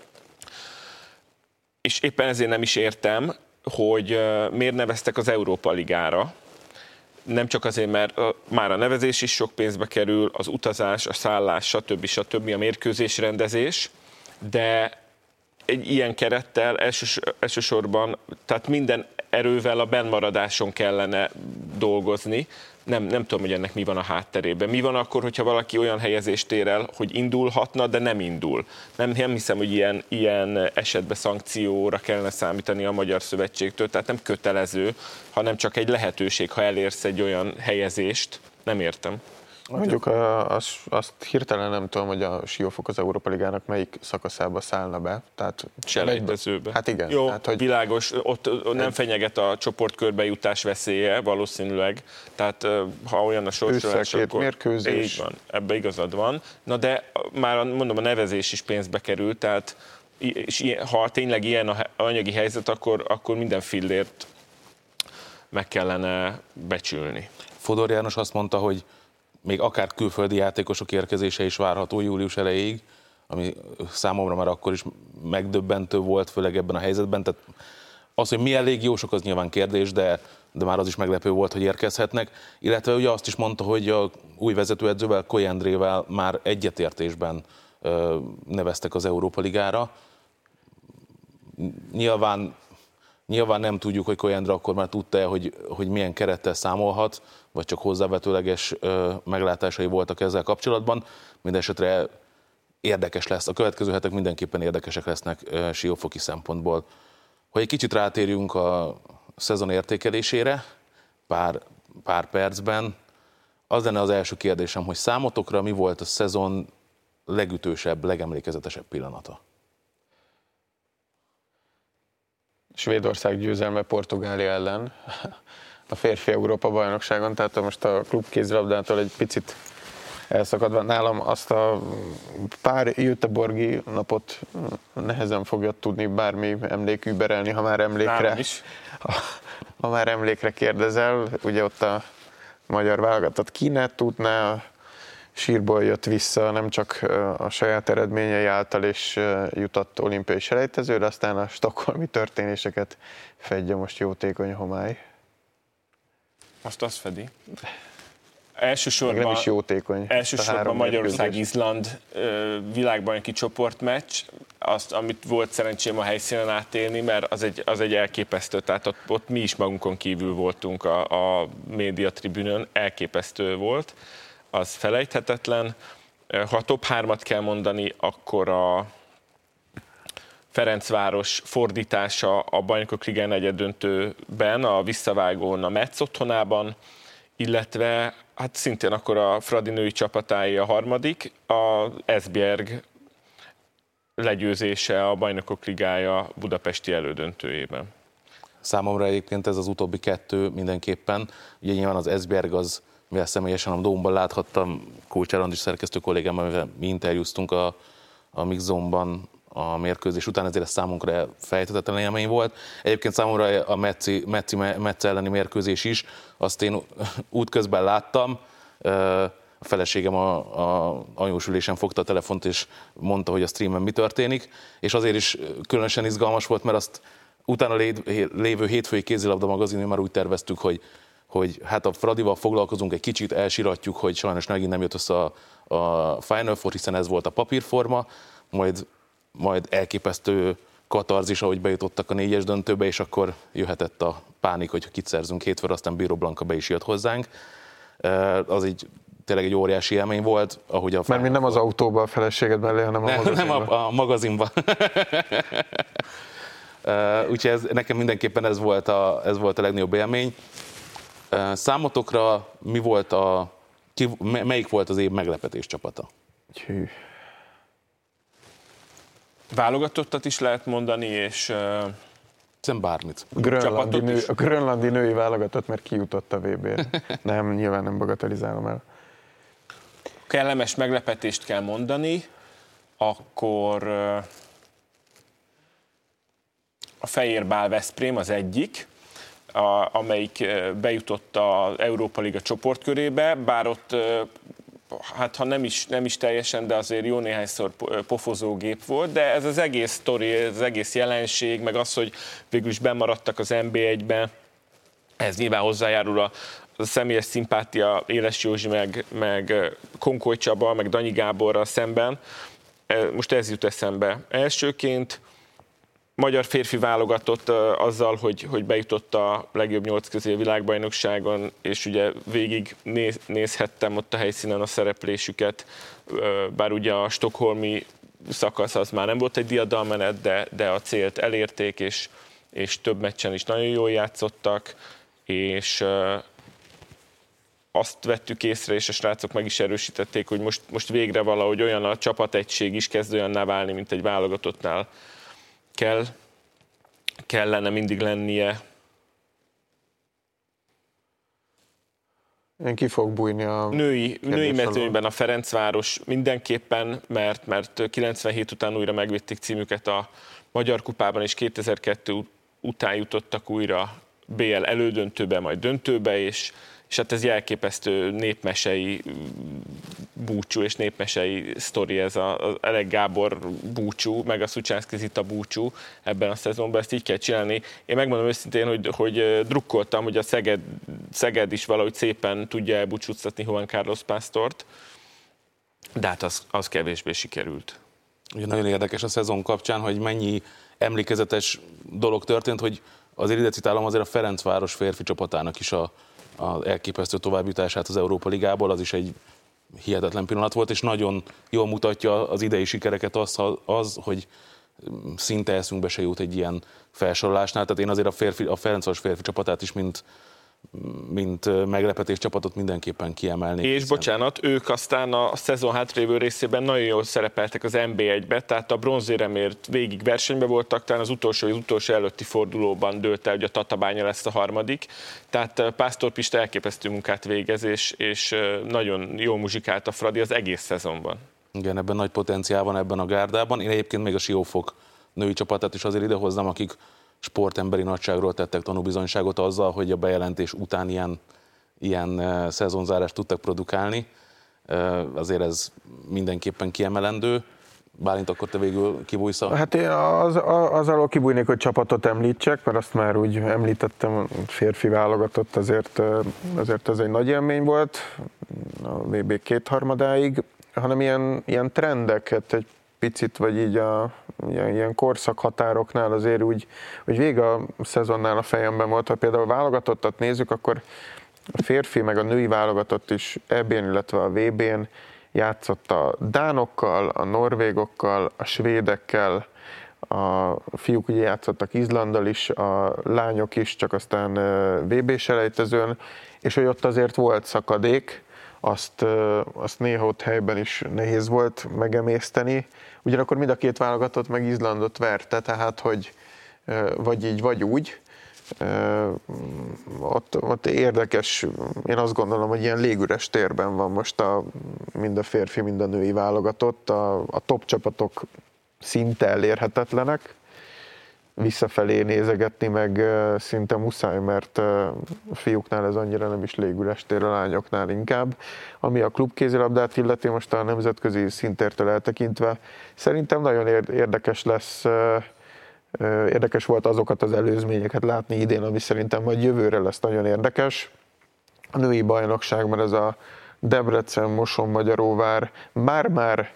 [SPEAKER 5] És éppen ezért nem is értem, hogy miért neveztek az Európa Ligára. Nem csak azért, mert már a nevezés is sok pénzbe kerül, az utazás, a szállás, stb. A mérkőzésrendezés, de egy ilyen kerettel elsősorban, tehát minden erővel a bennmaradáson kellene dolgozni. Nem tudom, hogy ennek mi van a hátterében. Mi van akkor, hogyha valaki olyan helyezést ér el, hogy indulhatna, de nem indul. Nem hiszem, hogy ilyen esetben szankcióra kellene számítani a Magyar Szövetségtől, tehát nem kötelező, hanem csak egy lehetőség, ha elérsz egy olyan helyezést. Nem értem.
[SPEAKER 4] Mondjuk azt hirtelen nem tudom, hogy a Siófok az Európa Ligának melyik szakaszába szállna be. Tehát
[SPEAKER 5] selejtezőbe.
[SPEAKER 4] Hát igen.
[SPEAKER 5] Jó,
[SPEAKER 4] tehát, hogy
[SPEAKER 5] világos, ott nem fenyeget a csoportkörbe jutás veszélye valószínűleg, tehát ha olyan a sorsolás, akkor
[SPEAKER 4] mérkőzés.
[SPEAKER 5] Így van, ebbe igazad van. Na de már mondom, a nevezés is pénzbe kerül, tehát és ha tényleg ilyen a anyagi helyzet, akkor minden fillért meg kellene becsülni.
[SPEAKER 2] Fodor János azt mondta, hogy még akár külföldi játékosok érkezése is várható július elejéig, ami számomra már akkor is megdöbbentő volt, főleg ebben a helyzetben. Tehát az, hogy milyen légiósok, az nyilván kérdés, de már az is meglepő volt, hogy érkezhetnek. Illetve ugye azt is mondta, hogy a új vezetőedzővel, Koly Endrével már egyetértésben neveztek az Európa Ligára. Nyilván nem tudjuk, hogy Koly Endre akkor már tudta-e, hogy milyen kerettel számolhat, vagy csak hozzávetőleges meglátásai voltak ezzel kapcsolatban. Mindenesetre érdekes lesz. A következő hetek mindenképpen érdekesek lesznek siófoki szempontból. Hogy egy kicsit rátérjünk a szezon értékelésére, pár percben, az lenne az első kérdésem, hogy számotokra mi volt a szezon legütősebb, legemlékezetesebb pillanata?
[SPEAKER 4] Svédország győzelme Portugália ellen a férfi Európa-bajnokságon, tehát most a klubkézilabdától egy picit elszakadva. Nálam azt a pár Göteborgi napot nehezen fogja tudni bármi emlék überelni, ha már emlékre kérdezel. Ugye ott a magyar válogatott ki ne tudná, sírból jött vissza, nem csak a saját eredményei által is jutott olimpiai selejtezőre, aztán a stockholmi történéseket fedje most jótékony homály.
[SPEAKER 5] Azt fedi. Elsősorban,
[SPEAKER 4] nem is jótékony.
[SPEAKER 5] Elsősorban Magyarország-Izland világbajnoki csoportmeccs, amit volt szerencsém a helyszínen átélni, mert az egy elképesztő, tehát ott mi is magunkon kívül voltunk a médiatribünön, elképesztő volt, az felejthetetlen. Ha a top 3-at kell mondani, akkor a Ferencváros fordítása a Bajnokok Ligája negyeddöntőben, a visszavágón a Metz otthonában, illetve hát szintén akkor a Fradi női csapatái a harmadik, a Esbjerg legyőzése a Bajnokok Ligája budapesti elődöntőjében.
[SPEAKER 2] Számomra egyébként ez az utóbbi kettő mindenképpen. Ugye nyilván az Esbjerg az, mivel személyesen a Dómban láthattam, Kulcsár Andris szerkesztő kollégámmal, mivel mi interjúztunk a Mix Zone-ban a mérkőzés után, ezért ez számunkra fejtetetlen élmény volt. Egyébként számomra a Metz elleni mérkőzés is, azt én útközben láttam. A feleségem a anyósülésen fogta a telefont, és mondta, hogy a streamen mi történik, és azért is különösen izgalmas volt, mert azt utána lévő hétfői kézilabda magazinban már úgy terveztük, hogy hát a Fradival foglalkozunk egy kicsit, elsiratjuk, hogy sajnos megint nem jött össze a Final Four, hiszen ez volt a papírforma, majd elképesztő katarzis, ahogy bejutottak a 4-es döntőbe, és akkor jöhetett a pánik, hogy kit szerzünk hétfőre, aztán Bíró Blanka be is jött hozzánk. Az így tényleg egy óriási élmény volt, ahogy
[SPEAKER 4] Mert mi nem az autóba a feleséged mellé, hanem a magazinban.
[SPEAKER 2] Nem, a magazinban. Úgyhogy nekem mindenképpen ez volt a legnagyobb élmény. Számotokra melyik volt az év meglepetés csapata?
[SPEAKER 4] Hű.
[SPEAKER 5] Válogatottat is lehet mondani, és
[SPEAKER 2] Szerintem bármit.
[SPEAKER 4] A grönlandi női válogatott, mert kijutott a VB-re. Nem, nyilván nem bagatelizálom el.
[SPEAKER 5] Kellemes meglepetést kell mondani, akkor a Fehérbál Veszprém az egyik, amelyik bejutott az Európa Liga csoportkörébe, bár ott, hát ha nem is teljesen, de azért jó néhányszor pofozógép volt, de ez az egész sztori, ez az egész jelenség, meg az, hogy végül is bemaradtak az NB1-be, ez nyilván hozzájárul a személyes szimpátia Éles Józsi, meg Konkoly Csaba, meg Danyi Gáborral szemben. Most ez jut eszembe. Elsőként magyar férfi válogatott azzal, hogy bejutott a legjobb 8 közé a világbajnokságon, és ugye végig nézhettem ott a helyszínen a szereplésüket, bár ugye a stockholmi szakasz az már nem volt egy diadalmenet, de a célt elérték, és több meccsen is nagyon jól játszottak, és azt vettük észre, és a srácok meg is erősítették, hogy most végre valahogy olyan a csapategység is kezd olyanná válni, mint egy válogatottnál kellene mindig lennie.
[SPEAKER 4] Én ki fog bújni a
[SPEAKER 5] női mezőnyben a Ferencváros mindenképpen, mert 97 után újra megvették címüket a Magyar Kupában, és 2002 után jutottak újra BL elődöntőbe, majd döntőbe, és hát ez jelképesztő népmesei búcsú és népmesei sztori, ez az Elek Gábor búcsú, meg a Szucsánszky Zita búcsú ebben a szezonban, ezt így kell csinálni. Én megmondom őszintén, hogy drukkoltam, hogy a Szeged is valahogy szépen tudja elbúcsúztatni Juan Carlos Pásztort, de hát az kevésbé sikerült.
[SPEAKER 2] Ugye nagyon érdekes a szezon kapcsán, hogy mennyi emlékezetes dolog történt, hogy azért ide citálom azért a Ferencváros férfi csapatának is az elképesztő továbbjutását az Európa Ligából, az is egy hihetetlen pillanat volt, és nagyon jól mutatja az idei sikereket az, hogy szinte eszünkbe se jut egy ilyen felsorolásnál. Tehát én azért a Ferencváros férfi csapatát is, mint meglepetés csapatot mindenképpen kiemelnék.
[SPEAKER 5] És bocsánat, ők aztán a szezon hátrévő részében nagyon jól szerepeltek az NB1-be, tehát a bronzéremért végig versenyben voltak, talán az utolsó előtti fordulóban dőlt el, hogy a Tatabánya lesz a harmadik. Tehát Pásztor Pista elképesztő munkát végez, és nagyon jó muzsikált a Fradi az egész szezonban.
[SPEAKER 2] Igen, ebben nagy potenciál van ebben a gárdában. Én egyébként még a Siófok női csapatát is azért idehoznám, akik sportemberi nagyságról tettek tanúbizonyságot azzal, hogy a bejelentés után ilyen szezonzárást tudtak produkálni. Azért ez mindenképpen kiemelendő. Bálint, akkor te végül kibújsz a...
[SPEAKER 4] Hát én az alól kibújnék, hogy csapatot említsek, mert azt már úgy említettem, férfi válogatott, azért ez egy nagy élmény volt, a VB kétharmadáig, hanem ilyen trendeket egy picit, vagy így ilyen korszakhatároknál azért úgy, hogy vége a szezonnál a fejemben volt, ha például válogatottat nézzük, akkor a férfi meg a női válogatott is EB-n, illetve a VB-n játszott a dánokkal, a norvégokkal, a svédekkel, a fiúk ugye játszottak Izlanddal is, a lányok is, csak aztán VB-selejtezőn, és hogy ott azért volt szakadék, azt néha ott helyben is nehéz volt megemészteni. Ugyanakkor mind a két válogatott meg Izlandot verte, tehát hogy vagy így, vagy úgy. Ott érdekes, én azt gondolom, hogy ilyen légüres térben van most mind a férfi, mind a női válogatott. A top csapatok szinte elérhetetlenek, visszafelé nézegetni meg szinte muszáj, mert a fiúknál ez annyira nem is légüres tér, a lányoknál inkább. Ami a klubkézilabdát illeti, most a nemzetközi szintértől eltekintve, szerintem nagyon érdekes lesz. Érdekes volt azokat az előzményeket látni idén, ami szerintem majd jövőre lesz nagyon érdekes. A női bajnokságban ez a Debrecen, Moson-Magyaróvár már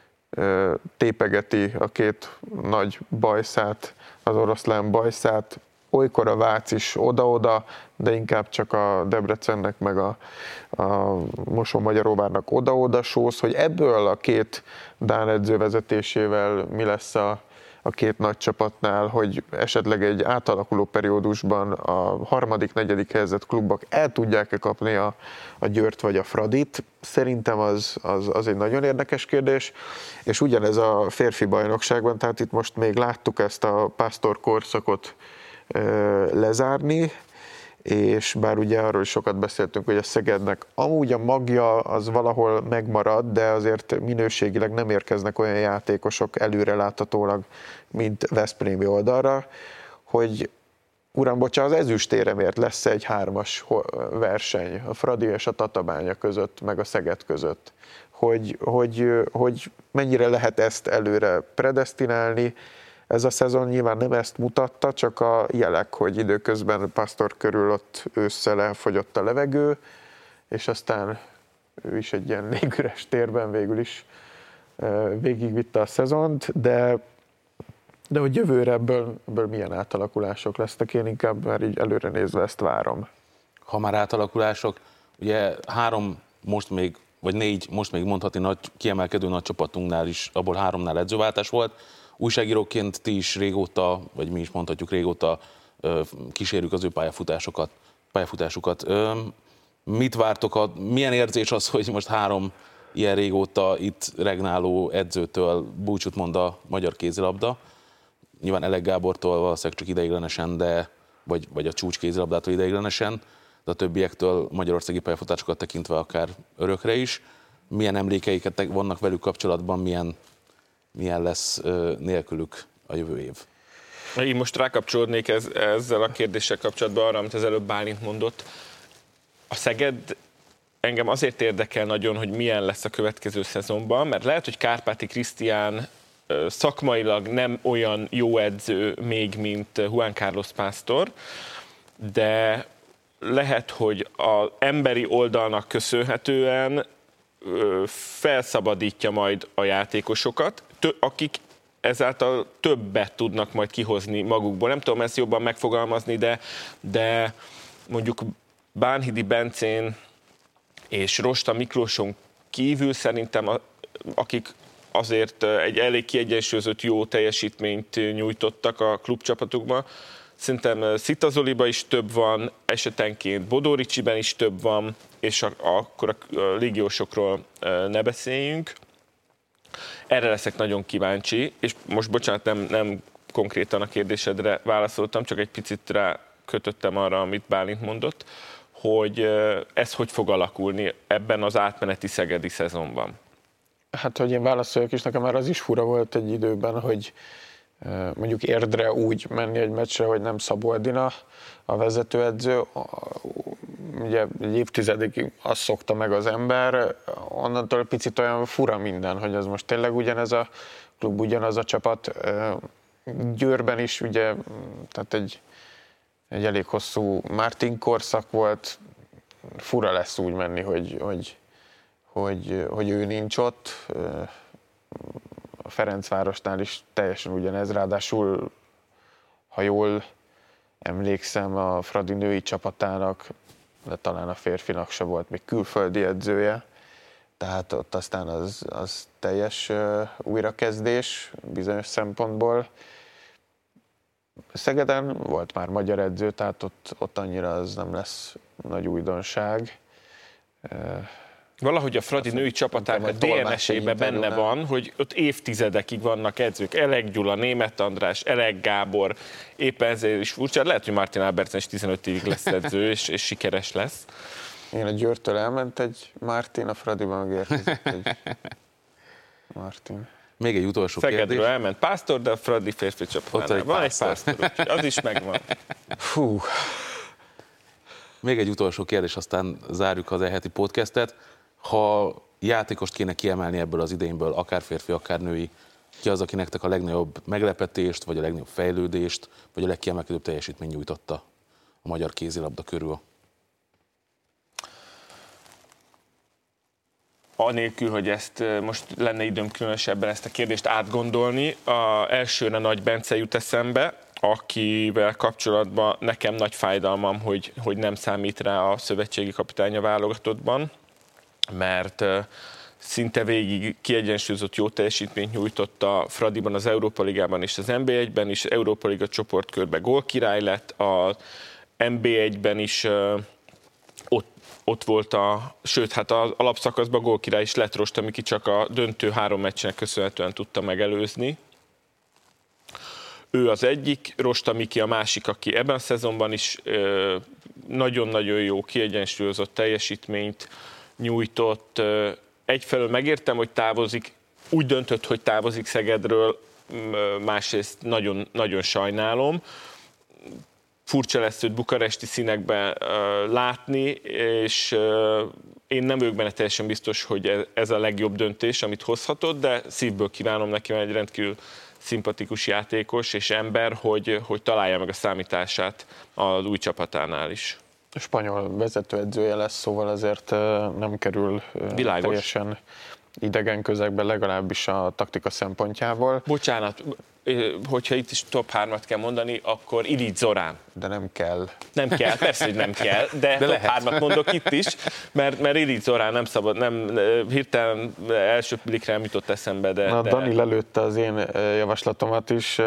[SPEAKER 4] tépegeti a két nagy bajszát, az oroszlán bajszát, olykor a Vác is oda-oda, de inkább csak a Debrecennek meg a Moson-Magyaróvárnak oda-oda sóz, hogy ebből a két dán edző vezetésével mi lesz a két nagy csapatnál, hogy esetleg egy átalakuló periódusban a harmadik, negyedik helyezett klubok el tudják-e kapni a Győrt vagy a Fradit. Szerintem az egy nagyon érdekes kérdés, és ugyanez a férfi bajnokságban, tehát itt most még láttuk ezt a Pásztor korszakot lezárni, és bár ugye arról is sokat beszéltünk, hogy a Szegednek amúgy a magja az valahol megmarad, de azért minőségileg nem érkeznek olyan játékosok előreláthatólag, mint veszprémi oldalra, hogy uram, bocsánat, az ezüstéremért lesz egy 3-as verseny a Fradi és a Tatabánya között, meg a Szeged között, hogy mennyire lehet ezt előre predesztinálni. Ez a szezon nyilván nem ezt mutatta, csak a jelek, hogy időközben Pásztor körül ott ősszel elfogyott a levegő, és aztán ő is egy ilyen légüres térben végül is végigvitte a szezont, de hogy jövőre ebből milyen átalakulások lesznek, én inkább már így előre nézve ezt várom.
[SPEAKER 2] Ha már átalakulások, ugye 3 most még, vagy 4 most még mondhatni nagy, kiemelkedő nagy csapatunknál is, abból 3-nál edzőváltás volt. Újságíróként ti is régóta, vagy mi is mondhatjuk régóta kísérjük az ő pályafutásukat. Mit vártok, milyen érzés az, hogy most 3 ilyen régóta itt regnáló edzőtől búcsút mond a magyar kézilabda? Nyilván Elek Gábortól valószínűleg csak ideiglenesen, vagy a csúcs kézilabdától ideiglenesen, de a többiektől magyarországi pályafutásokat tekintve akár örökre is. Milyen emlékeiket vannak velük kapcsolatban, milyen lesz nélkülük a jövő év?
[SPEAKER 5] Én most rákapcsolódnék ezzel a kérdéssel kapcsolatban arra, amit az előbb Bálint mondott. A Szeged engem azért érdekel nagyon, hogy milyen lesz a következő szezonban, mert lehet, hogy Kárpáti Krisztián szakmailag nem olyan jó edző még, mint Juan Carlos Pásztor, de lehet, hogy az emberi oldalnak köszönhetően felszabadítja majd a játékosokat, akik ezáltal többet tudnak majd kihozni magukból. Nem tudom ezt jobban megfogalmazni, de mondjuk Bánhidi Bencén és Rosta Miklóson kívül szerintem, akik azért egy elég kiegyensúlyozott jó teljesítményt nyújtottak a klubcsapatukban, szerintem Szita Zoliba is több van, esetenként Bodó Ricsiben is több van, és akkor a légiósokról ne beszéljünk. Erre leszek nagyon kíváncsi, és most bocsánat, nem konkrétan a kérdésedre válaszoltam, csak egy picit rá kötöttem arra, amit Bálint mondott, hogy ez hogy fog alakulni ebben az átmeneti szegedi szezonban.
[SPEAKER 4] Hát, hogy én válaszoljak is, nekem már az is fura volt egy időben, hogy mondjuk Érdre úgy menni egy meccsre, hogy nem Szabó Edina a vezetőedző. Ugye egy évtizedig azt szokta meg az ember, onnantól picit olyan fura minden, hogy az most tényleg ugyanez a klub, ugyanaz a csapat. Győrben is ugye, tehát egy elég hosszú Martin korszak volt, fura lesz úgy menni, hogy ő nincs ott. A Ferencvárosnál is teljesen ugyanez, ráadásul, ha jól emlékszem, a Fradi női csapatának, de talán a férfinak se volt még külföldi edzője, tehát ott aztán az teljes újrakezdés bizonyos szempontból. Szegeden volt már magyar edző, tehát ott annyira az nem lesz nagy újdonság.
[SPEAKER 5] Valahogy a Fradi női csapatának a DNS-ében benne van, hogy ott évtizedekig vannak edzők. Elek Gyula, Németh András, Elek Gábor, éppen ezért is furcsa. Lehet, hogy Martin Albertsen is 15 évig lesz edző, és sikeres lesz.
[SPEAKER 4] Igen, a Győrtől elment egy Martin, a Fradiban megérkezett egy Martin.
[SPEAKER 2] Még egy utolsó
[SPEAKER 5] Szegedről
[SPEAKER 2] kérdés.
[SPEAKER 5] elment Pásztor, de a Fradi férfi csapatánál van egy Pásztor, az is megvan.
[SPEAKER 4] Fú.
[SPEAKER 2] Még egy utolsó kérdés, aztán zárjuk az e-heti podcastet. Ha játékost kéne kiemelni ebből az idényből, akár férfi, akár női, ki az, aki nektek a legnagyobb meglepetést, vagy a legnagyobb fejlődést, vagy a legkiemelkedőbb teljesítmény nyújtotta a magyar kézilabda körül?
[SPEAKER 5] Anélkül, hogy ezt most lenne időm különösebben ezt a kérdést átgondolni, elsőre Nagy Bence jut eszembe, akivel kapcsolatban nekem nagy fájdalmam, hogy nem számít rá a szövetségi kapitány a válogatottban, mert szinte végig kiegyensúlyozott jó teljesítményt nyújtott a Fradiban, az Európa Ligában és az NB1-ben is, Európa Liga csoportkörben gólkirály lett, az NB1-ben is ott volt sőt, hát az alapszakaszban gólkirály is lett Rosta Miki, csak a döntő 3 meccsnek köszönhetően tudta megelőzni. Ő az egyik, Rosta Miki a másik, aki ebben a szezonban is nagyon-nagyon jó, kiegyensúlyozott teljesítményt nyújtott. Egyfelől megértem, hogy távozik, úgy döntött, hogy távozik Szegedről, másrészt nagyon, nagyon sajnálom. Furcsa lesz őt bukaresti színekben látni, és én nem vagyok benne teljesen biztos, hogy ez a legjobb döntés, amit hozhatott, de szívből kívánom neki, egy rendkívül szimpatikus játékos és ember, hogy találja meg a számítását az új csapatánál is.
[SPEAKER 4] A spanyol vezetőedzője lesz, szóval azért nem kerül teljesen idegen közegbe, legalábbis a taktika szempontjából.
[SPEAKER 5] Bocsánat, hogyha itt is top 3-at kell mondani, akkor Ilic Zorán.
[SPEAKER 4] De nem kell.
[SPEAKER 5] Nem kell, persze, hogy nem kell, de top 3-at mondok itt is, mert Ilic Zorán nem szabad, nem hirtelen első blikre nem jutott eszembe, de...
[SPEAKER 4] Dani lelőtte az én javaslatomat is.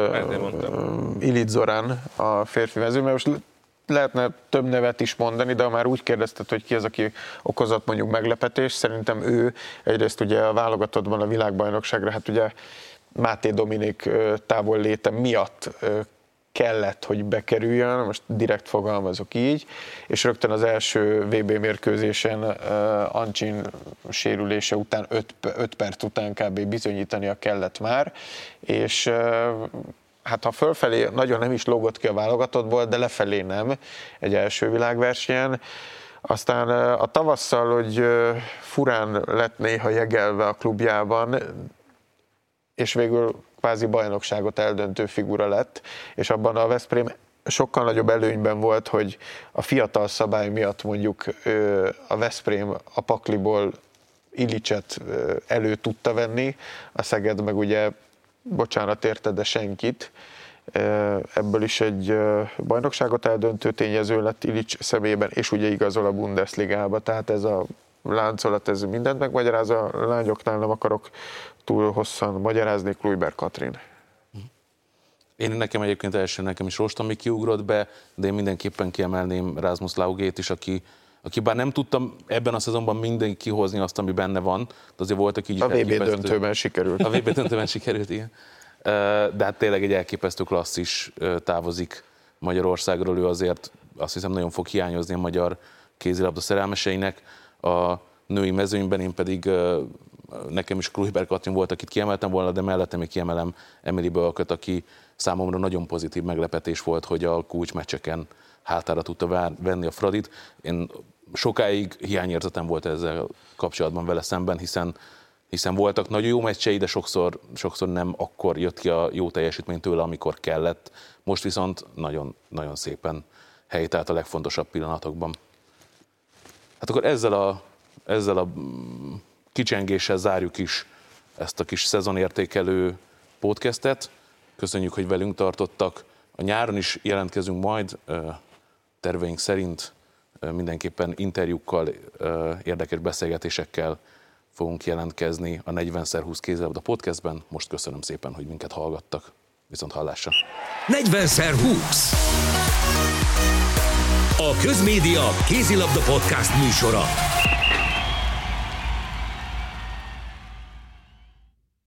[SPEAKER 4] Ilic Zorán a férfi vező, mert most lehetne több nevet is mondani, de ha már úgy kérdezted, hogy ki az, aki okozott mondjuk meglepetést, szerintem ő egyrészt ugye a válogatottban a világbajnokságra, hát ugye Máté Dominik távol léte miatt kellett, hogy bekerüljön, most direkt fogalmazok így, és rögtön az első VB mérkőzésen Ancsin sérülése után 5 perc után kb. Bizonyítania kellett már, és hát ha fölfelé nagyon nem is lógott ki a válogatottból, de lefelé nem egy első világversenyen. Aztán a tavasszal, hogy furán lett néha jegelve a klubjában, és végül kvázi bajnokságot eldöntő figura lett, és abban a Veszprém sokkal nagyobb előnyben volt, hogy a fiatal szabály miatt mondjuk a Veszprém a pakliból Ilicet elő tudta venni, a Szeged meg ugye, bocsánat érte, de senkit. Ebből is egy bajnokságot eldöntő tényező lett Ilic szemében, és ugye igazol a Bundesligába, tehát ez a láncolat, ez mindent megmagyaráz, a lányoknál nem akarok túl hosszan magyarázni, Kluiber Katrin.
[SPEAKER 2] Nekem egyébként nekem is Rosta Miki ugrott be, de én mindenképpen kiemelném Rasmus Laugét is, aki bár nem tudtam ebben a szezonban mindenki kihozni azt, ami benne van, de azért voltak így...
[SPEAKER 4] A VB döntőben sikerült.
[SPEAKER 2] A VB döntőben sikerült, igen. De hát tényleg egy elképesztő klasszis távozik Magyarországról, ő azért azt hiszem nagyon fog hiányozni a magyar kézilabda szerelmeseinek. A női mezőnyben én pedig nekem is Kluiber Katrin volt, akit kiemeltem volna, de mellette még kiemelem Emily Bölköt, aki számomra nagyon pozitív meglepetés volt, hogy a kulcsmeccseken hátára tudta venni a Fradit. Én sokáig hiányérzetem volt ezzel kapcsolatban vele szemben, hiszen voltak nagyon jó meccsei, de sokszor nem akkor jött ki a jó teljesítmény tőle, amikor kellett. Most viszont nagyon, nagyon szépen helytált a legfontosabb pillanatokban. Hát akkor ezzel a kicsengéssel zárjuk is ezt a kis szezonértékelő podcastet. Köszönjük, hogy velünk tartottak. A nyáron is jelentkezünk majd, terveink szerint mindenképpen interjúkkal, érdekes beszélgetésekkel fogunk jelentkezni a 40x20 kézilabda podcastben. Most köszönöm szépen, hogy minket hallgattak. Viszont hallásra!
[SPEAKER 1] 40x20 a Közmédia kézilabda podcast műsora.